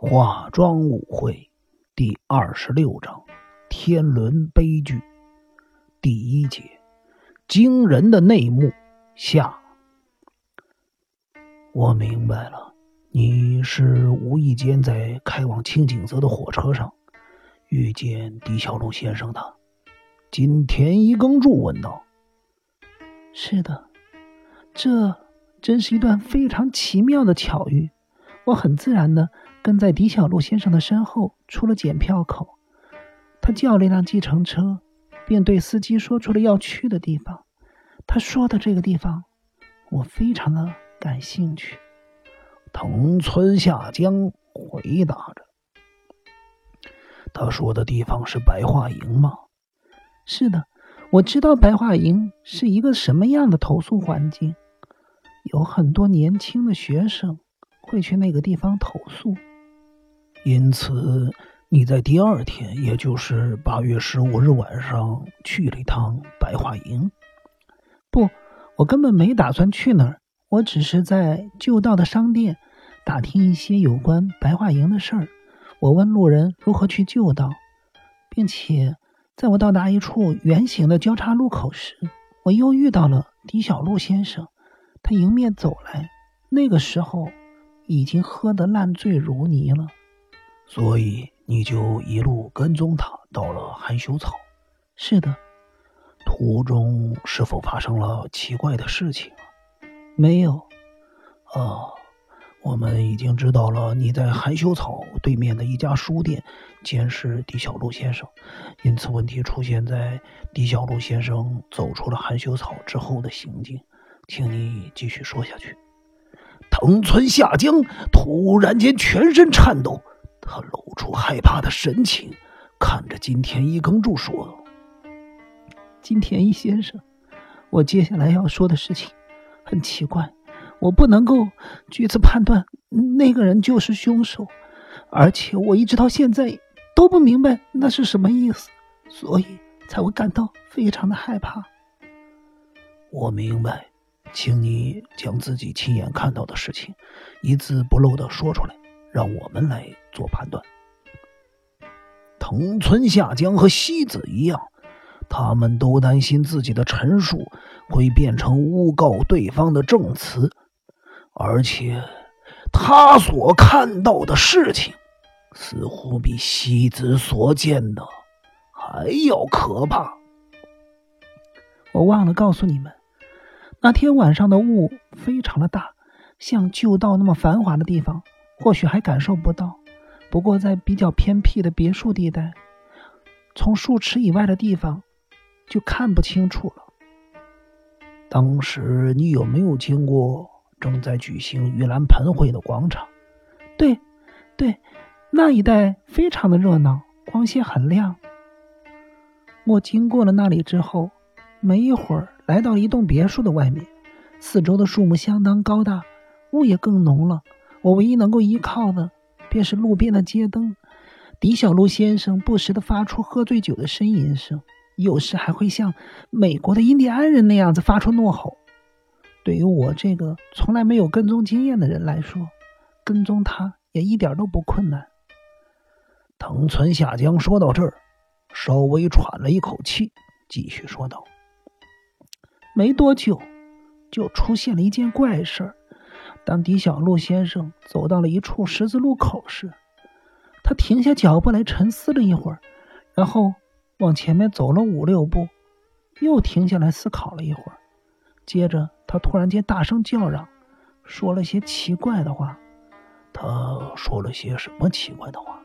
化妆舞会第26章天伦悲剧第一节惊人的内幕下。我明白了，你是无意间在开往清景泽的火车上遇见狄小璐先生的。金田一耕助问道。 是的，这真是一段非常奇妙的巧遇。我很自然地跟在狄小璐先生的身后出了检票口，他叫了一辆计程车，并对司机说出了要去的地方。他说的这个地方我非常的感兴趣。 藤村下江回答着。他说的地方是白桦营吗？ 是的，我知道白桦营是一个什么样的投诉环境，有很多年轻的学生会去那个地方投诉。 因此你在第二天，也就是8月15日晚上去了一趟白桦营？ 不，我根本没打算去那儿，我只是在旧道的商店打听一些有关白桦营的事儿。我问路人如何去旧道，并且在我到达一处圆形的交叉路口时，我又遇到了狄小璐先生。他迎面走来，那个时候已经喝得烂醉如泥了。 所以你就一路跟踪他到了含羞草？ 是的。 途中是否发生了奇怪的事情？ 没有。 我们已经知道了你在含羞草对面的一家书店监视狄小璐先生，因此问题出现在狄小璐先生走出了含羞草之后的行径，请你继续说下去。藤村下江突然间全身颤抖，他露出害怕的神情，看着金田一耕助说： 金田一先生，我接下来要说的事情很奇怪，我不能够据此判断那个人就是凶手，而且我一直到现在都不明白那是什么意思，所以才会感到非常的害怕。 我明白，请你将自己亲眼看到的事情一字不漏地说出来，让我们来做判断。藤村下江和西子一样，他们都担心自己的陈述会变成诬告对方的证词，而且他所看到的事情似乎比西子所见的还要可怕。 我忘了告诉你们，那天晚上的雾非常的大，像旧道那么繁华的地方或许还感受不到，不过在比较偏僻的别墅地带，从数尺以外的地方就看不清楚了。 当时你有没有经过正在举行盂兰盆会的广场？ 对，那一带非常的热闹，光线很亮。我经过了那里之后，没一会儿来到了一栋别墅的外面，四周的树木相当高大，雾也更浓了。我唯一能够依靠的便是路边的街灯。狄小璐先生不时地发出喝醉酒的呻吟声，有时还会像美国的印第安人那样子发出怒吼。对于我这个从来没有跟踪经验的人来说，跟踪他也一点都不困难。 藤村下江说到这儿，稍微喘了一口气，继续说道： 没多久就出现了一件怪事。当狄小璐先生走到了一处十字路口时，他停下脚步来沉思了一会儿，然后往前面走了5、6步，又停下来思考了一会儿，接着他突然间大声叫嚷，说了些奇怪的话。 他说了些什么奇怪的话？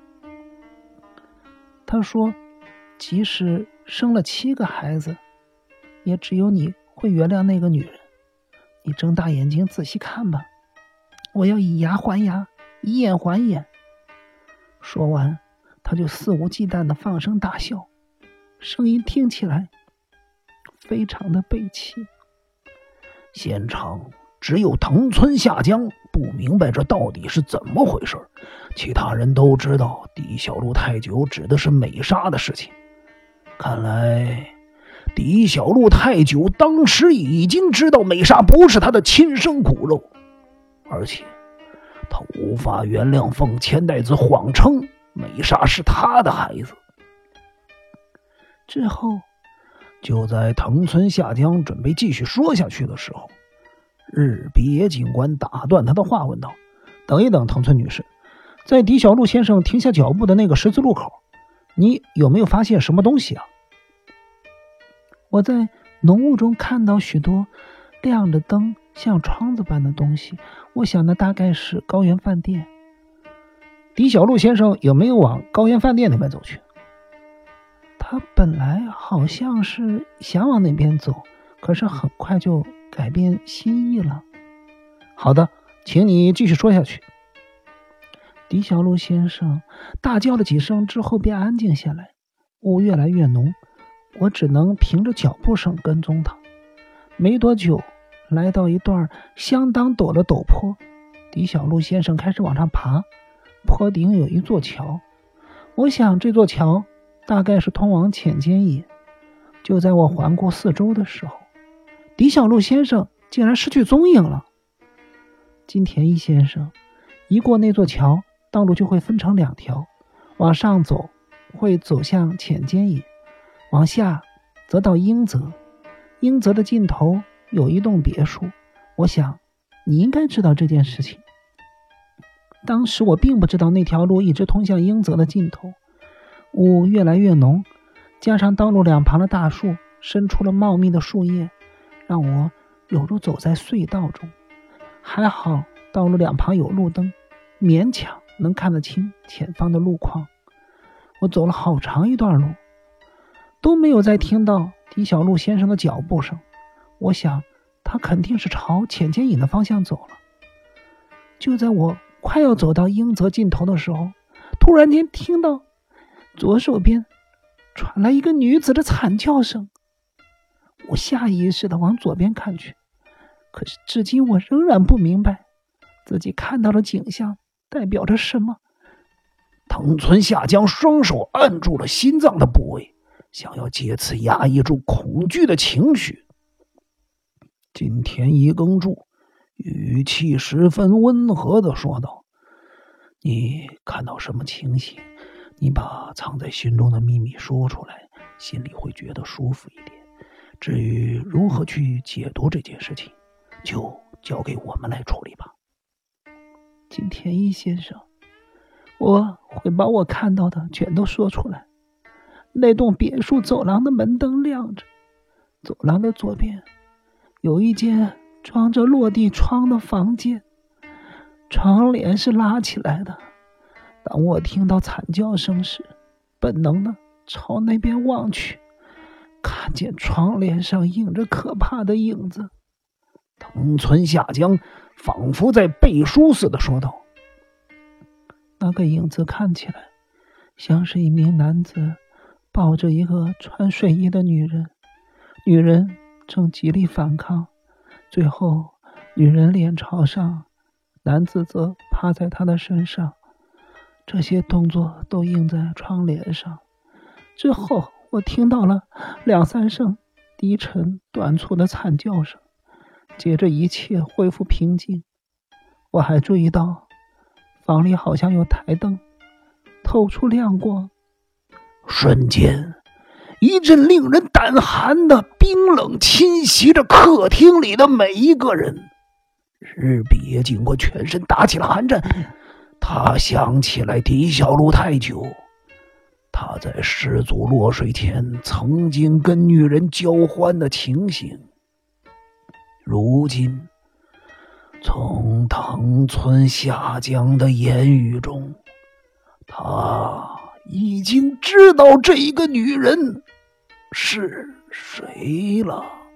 他说，即使生了7个孩子，也只有你会原谅那个女人。你睁大眼睛仔细看吧，我要以牙还牙，以眼还眼。说完，他就肆无忌惮地放声大笑，声音听起来非常的悲戚。 现场只有藤村下江不明白这到底是怎么回事，其他人都知道狄小璐太久指的是美沙的事情。看来狄小璐太久当时已经知道美沙不是他的亲生骨肉，而且他无法原谅凤千代子谎称美莎是他的孩子。 之后， 就在藤村下江准备继续说下去的时候，日比野警官打断他的话，问道：“等一等，藤村女士，在狄小路先生停下脚步的那个十字路口，你有没有发现什么东西啊？” 我在浓雾中看到许多亮着灯像窗子般的东西，我想那大概是高原饭店。 狄小路先生有没有往高原饭店那边走去？ 他本来好像是想往那边走，可是很快就改变心意了。 好的，请你继续说下去。 狄小路先生大叫了几声之后便安静下来，雾越来越浓，我只能凭着脚步声跟踪他。没多久，来到一段相当陡的陡坡，狄小路先生开始往上爬。坡顶有一座桥，我想这座桥大概是通往浅间野。就在我环顾四周的时候，狄小路先生竟然失去踪影了。金田一先生一过那座桥，道路就会分成两条，往上走会走向浅间野，往下则到英泽。英泽的尽头有一栋别墅，我想你应该知道这件事情。当时我并不知道那条路一直通向英泽的尽头，雾越来越浓，加上道路两旁的大树伸出了茂密的树叶，让我有如走在隧道中。还好道路两旁有路灯，勉强能看得清前方的路况。我走了好长一段路，都没有再听到狄小路先生的脚步声。我想他肯定是朝浅间野的方向走了。就在我快要走到英泽尽头的时候，突然间听到左手边传来一个女子的惨叫声。我下意识地往左边看去，可是至今我仍然不明白自己看到的景象代表着什么。 藤村下江双手按住了心脏的部位，想要借此压抑住恐惧的情绪。金田一耕助语气十分温和地说道：“你看到什么情形，你把藏在心中的秘密说出来，心里会觉得舒服一点。至于如何去解读这件事情，就交给我们来处理吧。” 金田一先生，我会把我看到的全都说出来。那栋别墅走廊的门灯亮着，走廊的左边有一间装着落地窗的房间，窗帘是拉起来的。当我听到惨叫声时，本能的朝那边望去，看见窗帘上映着可怕的影子。 藤村下江仿佛在背书似的说道：“ 那个影子看起来像是一名男子抱着一个穿睡衣的女人，女人正极力反抗，最后女人脸朝上，男子则趴在她的身上，这些动作都映在窗帘上。之后我听到了两三声低沉短促的惨叫声，接着一切恢复平静。我还注意到房里好像有台灯透出亮光。 瞬间，一阵令人胆寒的冰冷侵袭着客厅里的每一个人。日比野警官全身打起了寒战，他想起来狄小路太久，他在失足落水前曾经跟女人交欢的情形。如今从藤村下江的言语中，他已经知道这一个女人是谁了。